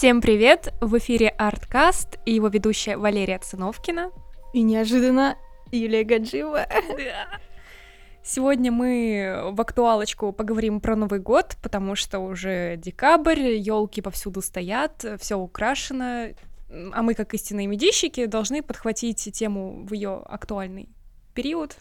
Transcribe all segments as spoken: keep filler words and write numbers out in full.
Всем привет! В эфире Арткаст и его ведущая Валерия Циновкина. И неожиданно Юлия Гаджиева. Да. Сегодня мы в актуалочку поговорим про Новый год, потому что уже декабрь, елки повсюду стоят, все украшено, а мы, как истинные медийщики, должны подхватить тему в ее актуальный период.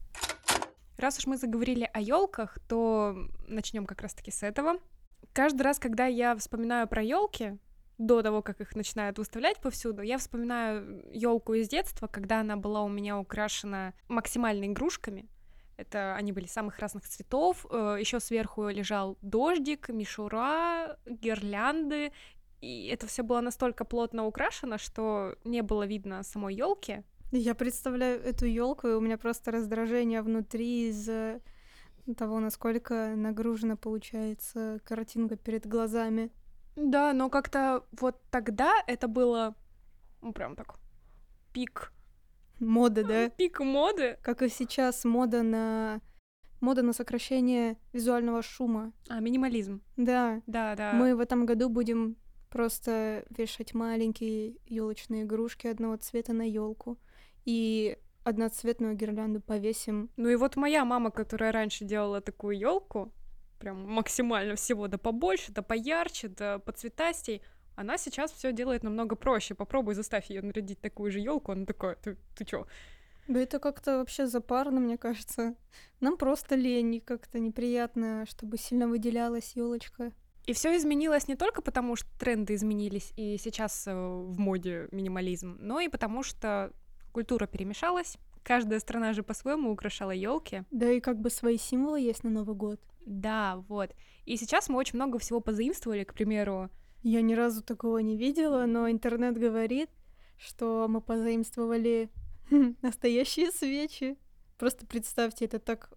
Раз уж мы заговорили о елках, то начнем как раз-таки с этого. Каждый раз, когда я вспоминаю про елки, до того, как их начинают выставлять повсюду, я вспоминаю елку из детства, когда она была у меня украшена максимально игрушками. Это они были самых разных цветов. Еще сверху лежал дождик, мишура, гирлянды. И это все было настолько плотно украшено, что не было видно самой елки. Я представляю эту елку, и у меня просто раздражение внутри из-за того, насколько нагружена получается картинка перед глазами. Да, но как-то вот тогда это было, ну, прям так, пик. Мода, да? Пик моды. Как и сейчас мода на мода на сокращение визуального шума. А, минимализм. Да. Да, да. Мы в этом году будем просто вешать маленькие елочные игрушки одного цвета на елку и одноцветную гирлянду повесим. Ну и вот моя мама, которая раньше делала такую елку, прям максимально всего, да побольше, да поярче, да поцветастей, она сейчас все делает намного проще. Попробуй заставь ее нарядить такую же елку, она такая, ты, ты чё? Да это как-то вообще запарно, мне кажется. Нам просто лень, и как-то неприятно, чтобы сильно выделялась елочка. И все изменилось не только потому, что тренды изменились, и сейчас э, в моде минимализм, но и потому, что культура перемешалась. Каждая страна же по-своему украшала елки. Да и как бы свои символы есть на Новый год. Да, вот. И сейчас мы очень много всего позаимствовали, к примеру. Я ни разу такого не видела, но интернет говорит, что мы позаимствовали настоящие свечи. Просто представьте, это так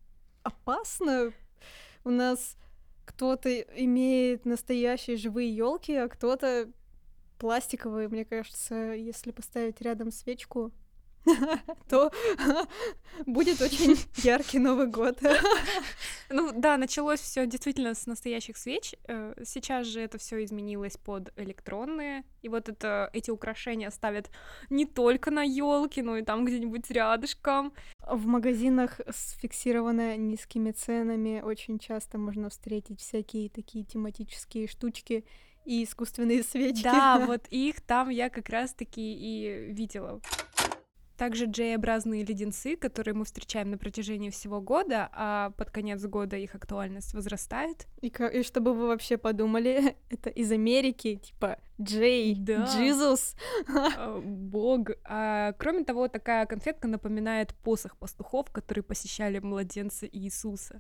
опасно. У нас кто-то имеет настоящие живые елки, а кто-то пластиковые. Мне кажется, если поставить рядом свечку, то будет очень яркий Новый год. Ну да, началось все действительно с настоящих свеч. Сейчас же это все изменилось под электронные. И вот это, эти украшения ставят не только на елки, но и там где-нибудь рядышком. В магазинах с фиксированно низкими ценами очень часто можно встретить всякие такие тематические штучки и искусственные свечки. Да, вот их там я как раз-таки и видела. Также джей-образные леденцы, которые мы встречаем на протяжении всего года, а под конец года их актуальность возрастает. И, и чтобы вы вообще подумали, это из Америки, типа Джей, да. Джизус. Бог. А, кроме того, такая конфетка напоминает посох пастухов, которые посещали младенца Иисуса.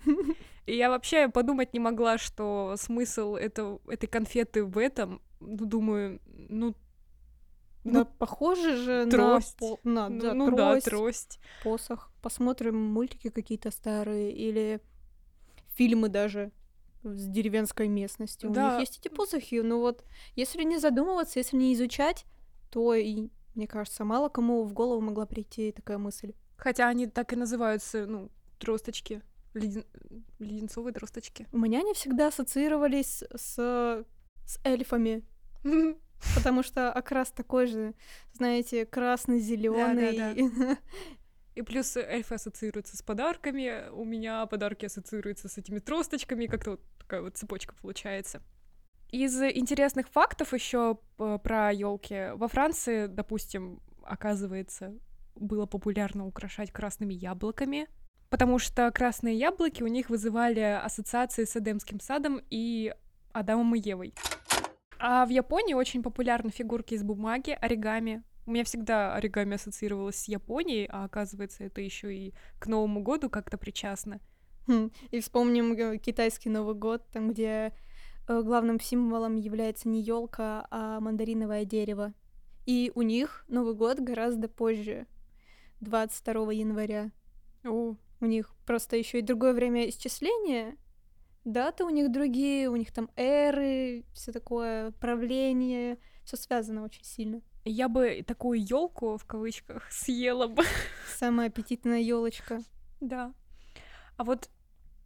И я вообще подумать не могла, что смысл это, этой конфеты в этом. Ну, думаю, ну, да, ну, похоже же трость. на, по... на ну, да, ну трость, да, трость, посох. Посмотрим мультики какие-то старые или фильмы даже с деревенской местностью. Да. У них есть эти посохи, но вот если не задумываться, если не изучать, то, и, мне кажется, мало кому в голову могла прийти такая мысль. Хотя они так и называются, ну, тросточки, леден... леденцовые тросточки. У меня они всегда ассоциировались с, с эльфами. Потому что окрас такой же, знаете, красный-зеленый. Да, да, да. И плюс эльфы ассоциируются с подарками. У меня подарки ассоциируются с этими тросточками. Как-то вот такая вот цепочка получается. Из интересных фактов еще про елки. Во Франции, допустим, оказывается, было популярно украшать красными яблоками, потому что красные яблоки у них вызывали ассоциации с Эдемским садом и Адамом и Евой. А в Японии очень популярны фигурки из бумаги, оригами. У меня всегда оригами ассоциировалось с Японией, а оказывается, это еще и к Новому году как-то причастно. И вспомним китайский Новый год, там, где главным символом является не елка, а мандариновое дерево. И у них Новый год гораздо позже, двадцать второго января. О. У них просто еще и другое время исчисления. Даты у них другие, у них там эры, все такое, правление, все связано очень сильно. Я бы такую елку в кавычках съела бы. Самая аппетитная елочка. Да. А вот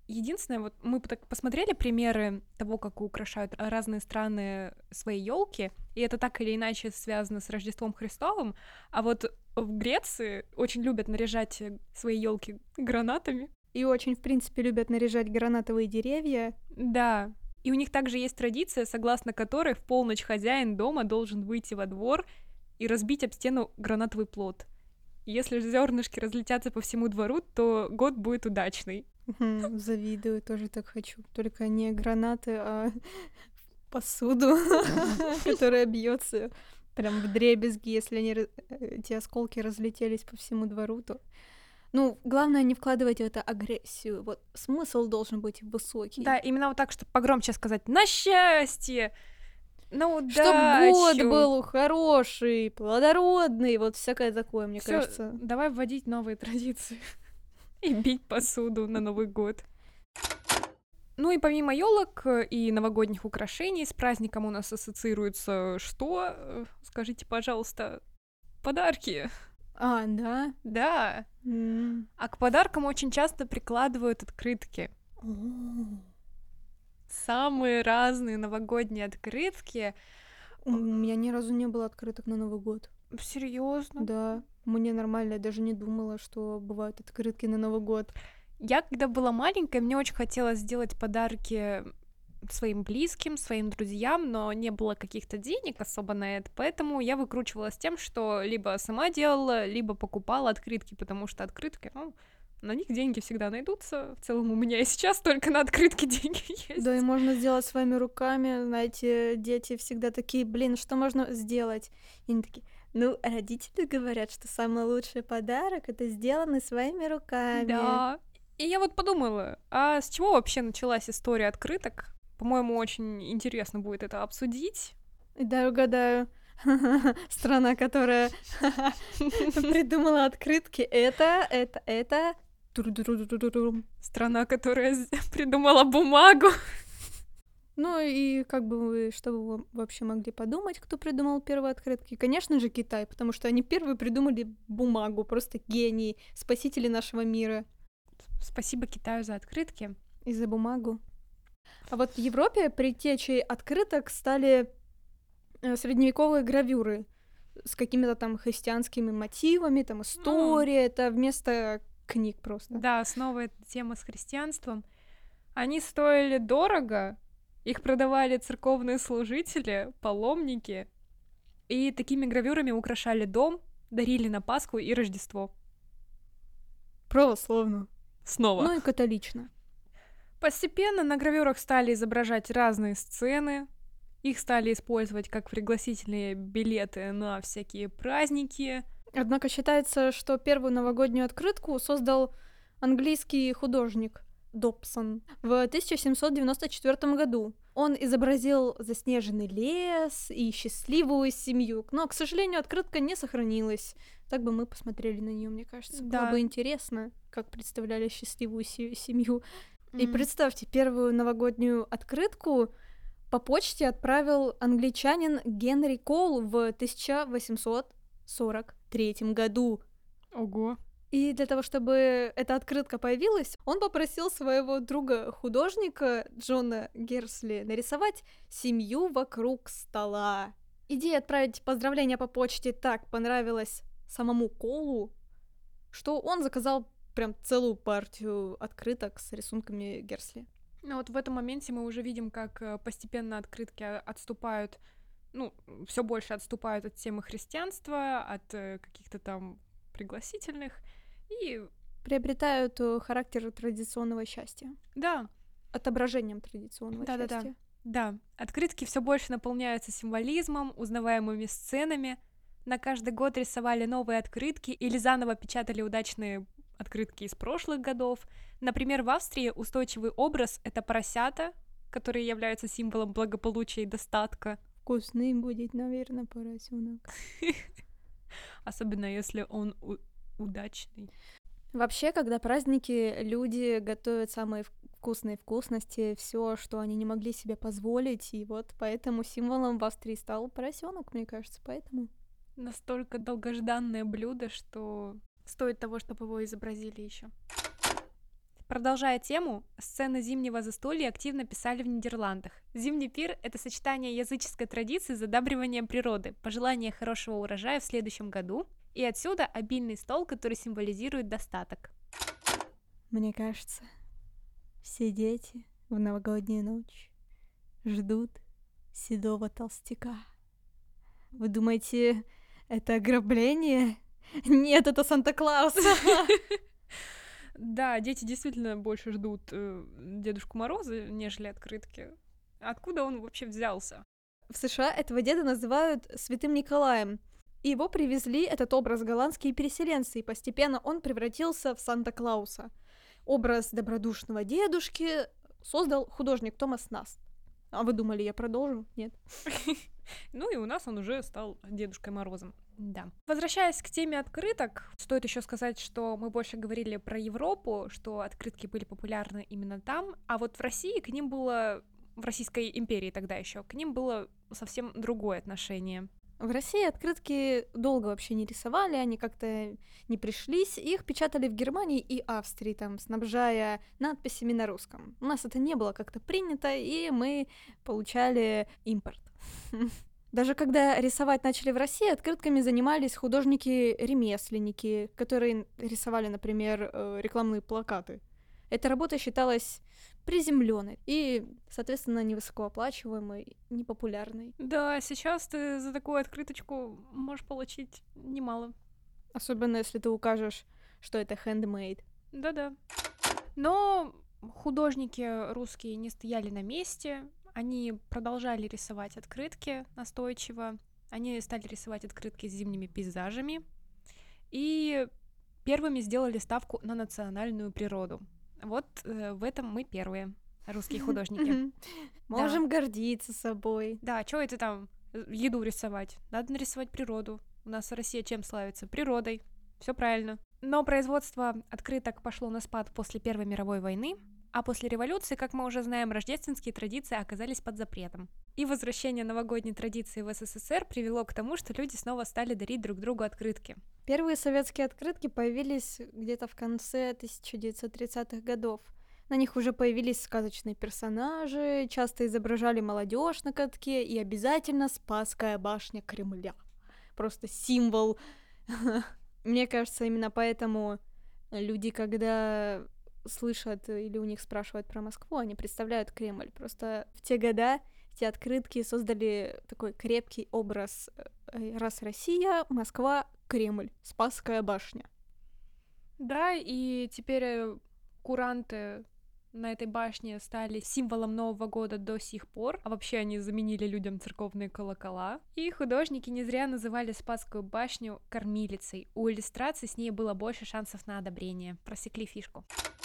Единственное, вот мы так посмотрели примеры того, как украшают разные страны свои елки, и это так или иначе связано с Рождеством Христовым. А вот в Греции очень любят наряжать свои елки гранатами. И очень, в принципе, любят наряжать гранатовые деревья. Да. И у них также есть традиция, согласно которой в полночь хозяин дома должен выйти во двор и разбить об стену гранатовый плод. И если зернышки разлетятся по всему двору, то год будет удачный. Мгм, завидую, тоже так хочу. Только не гранаты, а посуду, которая бьется прям вдребезги. Если они, ра- эти осколки разлетелись по всему двору, то... Ну, главное не вкладывать в это агрессию. Вот смысл должен быть высокий. Да, именно вот так, чтобы погромче сказать «на счастье!» На удачу! Чтоб год был хороший, плодородный, вот всякое такое, мне Всё, кажется. давай вводить новые традиции и бить посуду на Новый год. Ну и помимо елок и новогодних украшений с праздником у нас ассоциируется что? Э, Скажите, пожалуйста, подарки. А, да? Да. М. А к подаркам очень часто прикладывают открытки. О. Самые разные новогодние открытки. У меня ни разу не было открыток на Новый год. Серьезно? Да, мне нормально, я даже не думала, что бывают открытки на Новый год. Я, когда была маленькая, мне очень хотелось сделать подарки своим близким, своим друзьям, но не было каких-то денег особо на это, поэтому я выкручивалась тем, что либо сама делала, либо покупала открытки, потому что открытки, ну, на них деньги всегда найдутся. В целом у меня и сейчас только на открытки деньги есть. Да, и можно сделать своими руками. Знаете, дети всегда такие, блин, что можно сделать? И они такие, ну, родители говорят, что самый лучший подарок — это сделанный своими руками. Да. И я вот подумала, а с чего вообще началась история открыток? По-моему, очень интересно будет это обсудить. И да, угадаю. Страна, которая придумала открытки, это, это, это... Туру-туру-туру-туру. Страна, которая з- придумала бумагу. Ну и как бы вы, что вы вообще могли подумать, кто придумал первые открытки? Конечно же, Китай, потому что они первые придумали бумагу, просто гении, спасители нашего мира. Спасибо Китаю за открытки. И за бумагу. А вот в Европе предтечей открыток стали э, средневековые гравюры с какими-то там христианскими мотивами, там история, это вместо книг просто. Да, снова эта тема с христианством. Они стоили дорого, их продавали церковные служители, паломники, и такими гравюрами украшали дом, дарили на Пасху и Рождество. Православно. Снова. Ну и католично. Постепенно на гравюрах стали изображать разные сцены, их стали использовать как пригласительные билеты на всякие праздники. Однако считается, что первую новогоднюю открытку создал английский художник Добсон в тысяча семьсот девяносто четвёртом году. Он изобразил заснеженный лес и счастливую семью, но, к сожалению, открытка не сохранилась. Так бы мы посмотрели на нее, мне кажется. Да. Было бы интересно, как представляли счастливую се- семью. И М. представьте, первую новогоднюю открытку по почте отправил англичанин Генри Коул в тысяча восемьсот сорок третьем году. Ого. И для того, чтобы эта открытка появилась, он попросил своего друга-художника Джона Герсли нарисовать семью вокруг стола. Идея отправить поздравления по почте так понравилась самому Колу, что он заказал прям целую партию открыток с рисунками Герсли. Ну вот в этом моменте мы уже видим, как э, постепенно открытки а- отступают, ну, все больше отступают от темы христианства, от э, каких-то там пригласительных. И Приобретают э, характер традиционного счастья. да, Отображением традиционного Да-да-да. счастья. да, открытки все больше наполняются символизмом, узнаваемыми сценами. На каждый год рисовали новые открытки или заново печатали удачные открытки из прошлых годов. Например, в Австрии устойчивый образ — это поросята, которые являются символом благополучия и достатка. Вкусный будет, наверное, поросенок. Особенно если он у- удачный. Вообще, когда праздники, люди готовят самые вк- вкусные вкусности, все, что они не могли себе позволить, и вот поэтому символом в Австрии стал поросенок, мне кажется, поэтому. Настолько долгожданное блюдо, что стоит того, чтобы его изобразили еще. Продолжая тему, сцены зимнего застолья активно писали в Нидерландах. Зимний пир — это сочетание языческой традиции с задабриванием природы, пожелание хорошего урожая в следующем году, и отсюда обильный стол, который символизирует достаток. Мне кажется, все дети в новогоднюю ночь ждут седого толстяка. Вы думаете, это ограбление? Нет, это Санта-Клаус. Да, дети действительно больше ждут э, Дедушку Мороза, нежели открытки. Откуда он вообще взялся? В США этого деда называют Святым Николаем. И его привезли, этот образ, голландские переселенцы, и постепенно он превратился в Санта-Клауса. Образ добродушного дедушки создал художник Томас Наст. А вы думали, я продолжу? Нет. Ну и у нас он уже стал Дедушкой Морозом. Да. Возвращаясь к теме открыток, стоит еще сказать, что мы больше говорили про Европу, что открытки были популярны именно там, а вот в России к ним было, в Российской империи тогда еще, к ним было совсем другое отношение. В России открытки долго вообще не рисовали, они как-то не пришлись, их печатали в Германии и Австрии, там, снабжая надписями на русском. У нас это не было как-то принято, и мы получали импорт. Даже когда рисовать начали в России, открытками занимались художники-ремесленники, которые рисовали, например, рекламные плакаты. Эта работа считалась приземленной и, соответственно, невысокооплачиваемой, непопулярной. Да, сейчас ты за такую открыточку можешь получить немало. Особенно, если ты укажешь, что это handmade. Да-да. Но художники русские не стояли на месте, они продолжали рисовать открытки настойчиво, они стали рисовать открытки с зимними пейзажами и первыми сделали ставку на национальную природу. Вот э, в этом мы первые, русские художники. Можем гордиться собой. Да, чё это там еду рисовать? Надо нарисовать природу. У нас Россия чем славится? Природой. Все правильно. Но производство открыток пошло на спад после Первой мировой войны, а после революции, как мы уже знаем, рождественские традиции оказались под запретом. И возвращение новогодней традиции в СССР привело к тому, что люди снова стали дарить друг другу открытки. Первые советские открытки появились где-то в конце тысяча девятьсот тридцатых годов. На них уже появились сказочные персонажи, часто изображали молодежь на катке и обязательно Спасская башня Кремля. Просто символ. Мне кажется, именно поэтому люди, когда слышат или у них спрашивают про Москву, они представляют Кремль. Просто в те года эти открытки создали такой крепкий образ. Раз Россия, Москва, Кремль, Спасская башня. Да, и теперь куранты на этой башне стали символом Нового года до сих пор, а вообще они заменили людям церковные колокола. И художники не зря называли Спасскую башню кормилицей. У иллюстраций с ней было больше шансов на одобрение. Просекли фишку.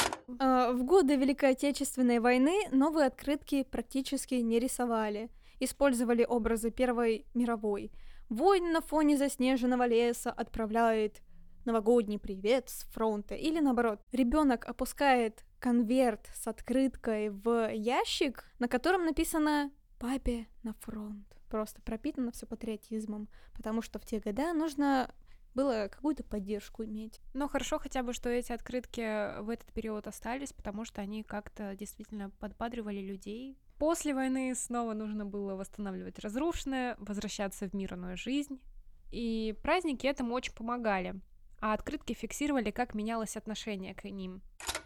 В годы Великой Отечественной войны новые открытки практически не рисовали. Использовали образы Первой мировой. Воин на фоне заснеженного леса отправляет новогодний привет с фронта. Или наоборот, ребенок опускает конверт с открыткой в ящик, на котором написано «Папе на фронт». Просто пропитано все патриотизмом, потому что в те годы нужно было какую-то поддержку иметь. Но хорошо хотя бы, что эти открытки в этот период остались, потому что они как-то действительно подбадривали людей. После войны снова нужно было восстанавливать разрушенное, возвращаться в мирную жизнь. И праздники этому очень помогали, а открытки фиксировали, как менялось отношение к ним.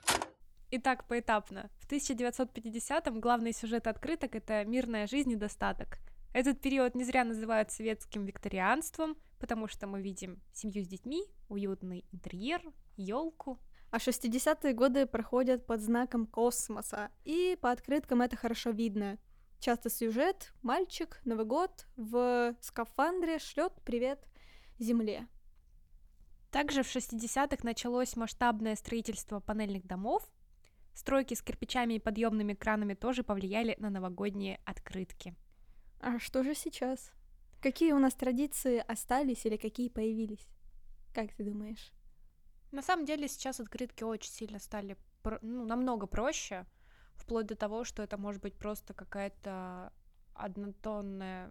Итак, поэтапно. В тысяча девятьсот пятидесятом главный сюжет открыток — это мирная жизнь и достаток. Этот период не зря называют советским викторианством, потому что мы видим семью с детьми, уютный интерьер, елку. А шестидесятые годы проходят под знаком космоса, и по открыткам это хорошо видно. Часто сюжет: мальчик, Новый год, в скафандре шлет привет Земле. Также в шестидесятых началось масштабное строительство панельных домов. Стройки с кирпичами и подъемными кранами тоже повлияли на новогодние открытки. А что же сейчас? Какие у нас традиции остались или какие появились? Как ты думаешь? На самом деле сейчас открытки очень сильно стали про- ну, намного проще, вплоть до того, что это может быть просто какая-то однотонная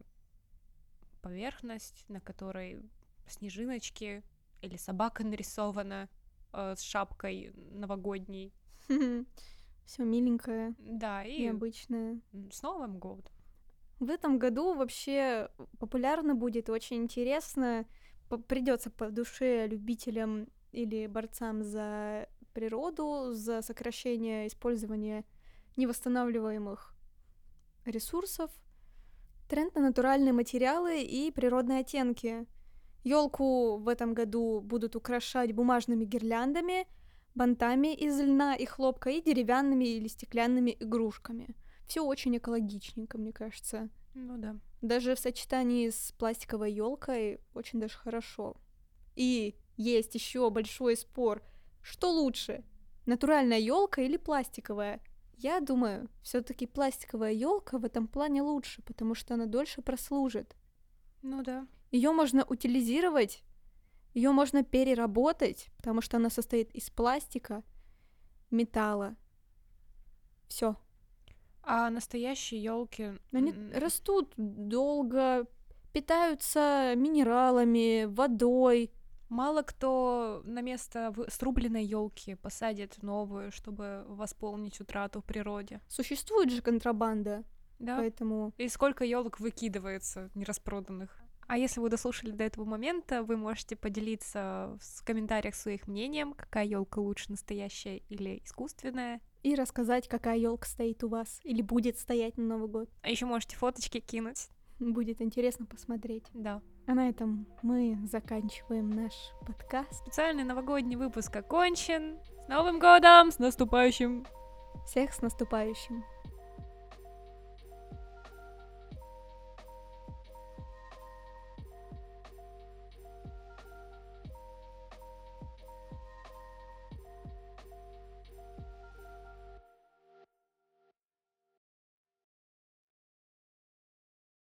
поверхность, на которой снежиночки или собака нарисована э, с шапкой новогодней. Все миленькое, Да, и необычное. м, с Новым годом. В этом году вообще популярно будет, очень интересно. Придется по душе любителям или борцам за природу, за сокращение использования невосстанавливаемых ресурсов, тренд на натуральные материалы и природные оттенки. Елку в этом году будут украшать бумажными гирляндами, бантами из льна и хлопка и деревянными или стеклянными игрушками. Все очень экологичненько, мне кажется. Ну да. Даже в сочетании с пластиковой елкой очень даже хорошо. И есть еще большой спор, что лучше, натуральная елка или пластиковая? Я думаю, все-таки пластиковая елка в этом плане лучше, потому что она дольше прослужит. Ну да. Ее можно утилизировать, ее можно переработать, потому что она состоит из пластика, металла. Все. А настоящие елки. Они растут долго, питаются минералами, водой. Мало кто на место вы- срубленной елки посадит новую, чтобы восполнить утрату в природе. Существует же контрабанда, Да. поэтому... И сколько елок выкидывается нераспроданных. А если вы дослушали до этого момента, вы можете поделиться в комментариях своих мнением, какая елка лучше, настоящая или искусственная. И рассказать, какая елка стоит у вас или будет стоять на Новый год. А еще можете фоточки кинуть. Будет интересно посмотреть. Да. А на этом мы заканчиваем наш подкаст. Специальный новогодний выпуск окончен. С Новым годом! С наступающим! Всех с наступающим!